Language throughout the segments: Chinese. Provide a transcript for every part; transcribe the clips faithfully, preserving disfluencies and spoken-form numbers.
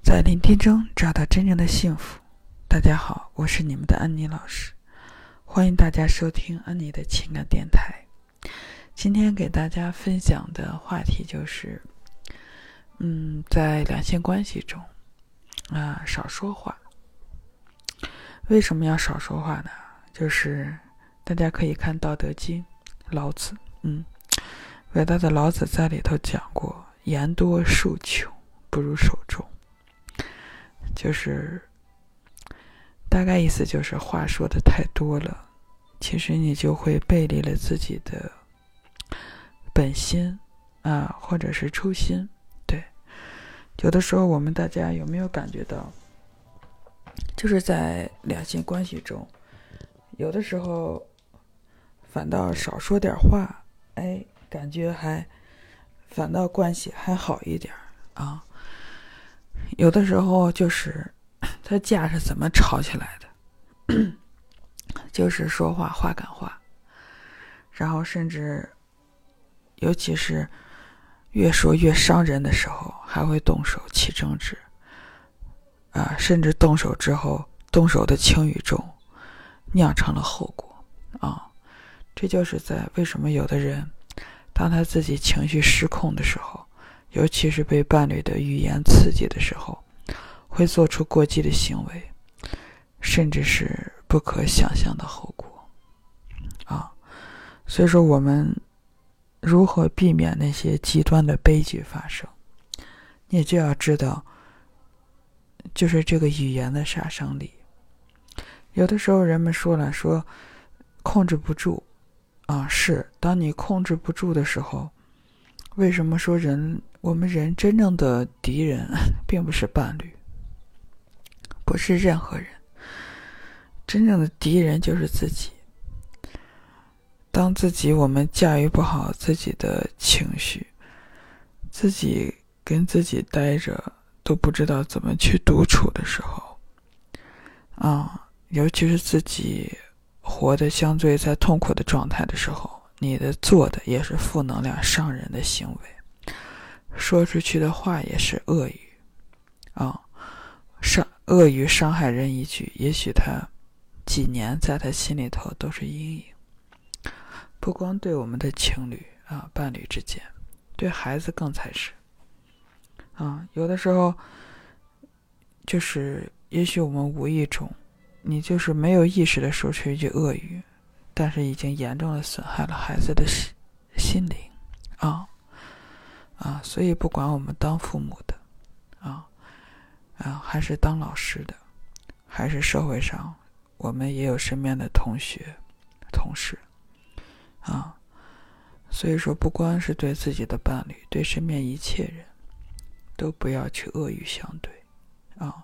在聆听中找到真正的幸福。大家好，我是你们的安妮老师，欢迎大家收听安妮的情感电台。今天给大家分享的话题就是嗯，在两性关系中啊、呃，少说话。为什么要少说话呢？就是大家可以看《道德经》，老子，嗯，伟大的老子在里头讲过，言多数穷，不如守中。就是大概意思就是话说的太多了，其实你就会背离了自己的本心啊，或者是初心。对，有的时候我们大家有没有感觉到，就是在两性关系中，有的时候反倒少说点话，哎，感觉还反倒关系还好一点啊。有的时候就是他架是怎么吵起来的，就是说话话赶话，然后甚至尤其是越说越伤人的时候，还会动手起争执啊，甚至动手之后，动手的轻与重酿成了后果啊。这就是在为什么有的人当他自己情绪失控的时候，尤其是被伴侣的语言刺激的时候，会做出过激的行为，甚至是不可想象的后果啊。所以说我们如何避免那些极端的悲剧发生，你就要知道就是这个语言的杀伤力。有的时候人们说了说控制不住啊，是当你控制不住的时候，为什么说人我们人真正的敌人并不是伴侣，不是任何人，真正的敌人就是自己。当自己我们驾驭不好自己的情绪，自己跟自己待着都不知道怎么去独处的时候啊，尤其是自己活得相对在痛苦的状态的时候，你的做的也是负能量伤人的行为，说出去的话也是恶语啊，伤恶语伤害人一句，也许他几年在他心里头都是阴影。不光对我们的情侣啊伴侣之间，对孩子更才是啊。有的时候就是也许我们无意中你就是没有意识的说出一句恶语，但是已经严重的损害了孩子的心灵啊啊！所以不管我们当父母的啊啊，还是当老师的，还是社会上我们也有身边的同学同事啊，所以说不光是对自己的伴侣，对身边一切人都不要去恶语相对啊。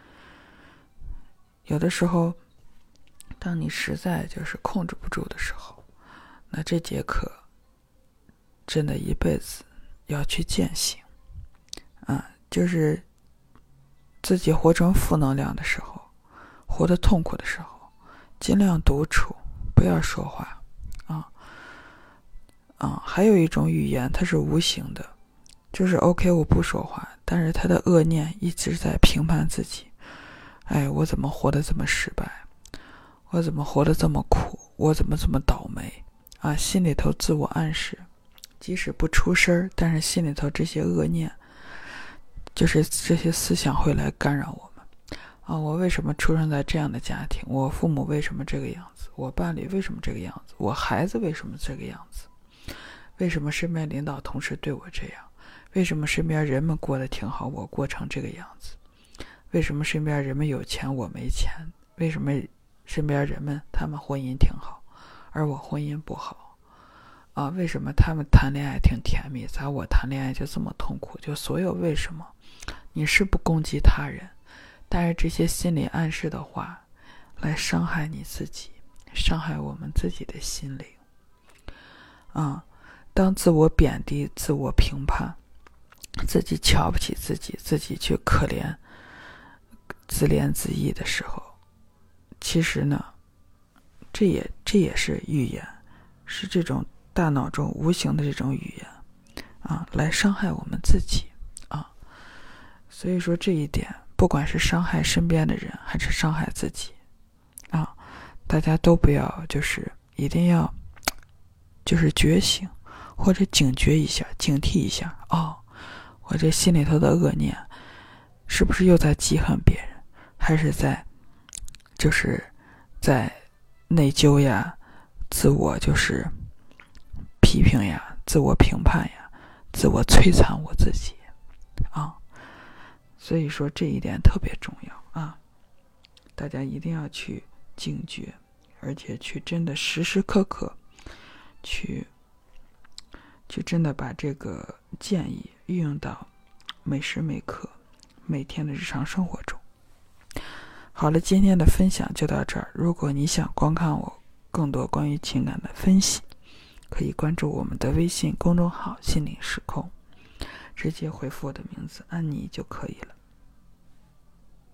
有的时候当你实在就是控制不住的时候，那这节课真的一辈子要去践行啊，就是自己活成负能量的时候，活得痛苦的时候，尽量独处，不要说话啊啊。还有一种语言它是无形的，就是 OK 我不说话，但是他的恶念一直在评判自己，哎，我怎么活得这么失败，我怎么活得这么苦，我怎么这么倒霉啊，心里头自我暗示，即使不出声，但是心里头这些恶念，就是这些思想会来干扰我们啊。我为什么出生在这样的家庭，我父母为什么这个样子，我伴侣为什么这个样子，我孩子为什么这个样子，为什么身边领导同事对我这样，为什么身边人们过得挺好，我过成这个样子，为什么身边人们有钱我没钱，为什么身边人们他们婚姻挺好，而我婚姻不好啊？为什么他们谈恋爱挺甜蜜，咋我谈恋爱就这么痛苦？就所有为什么，你是不攻击他人，但是这些心理暗示的话来伤害你自己，伤害我们自己的心灵啊。当自我贬低，自我评判，自己瞧不起自己，自己去可怜自怜自艾的时候，其实呢这也这也是语言，是这种大脑中无形的这种语言啊，来伤害我们自己啊。 所以说这一点，不管是伤害身边的人还是伤害自己啊，大家都不要就是一定要就是觉醒或者警觉一下，警惕一下，哦，我这心里头的恶念是不是又在记恨别人，还是在就是在内疚呀，自我就是批评呀，自我评判呀，自我摧残我自己啊。所以说这一点特别重要啊，大家一定要去警觉，而且去真的时时刻刻去去真的把这个建议运用到每时每刻每天的日常生活中。好了，今天的分享就到这儿。如果你想观看我更多关于情感的分析，可以关注我们的微信公众号心灵时空，直接回复我的名字安妮就可以了。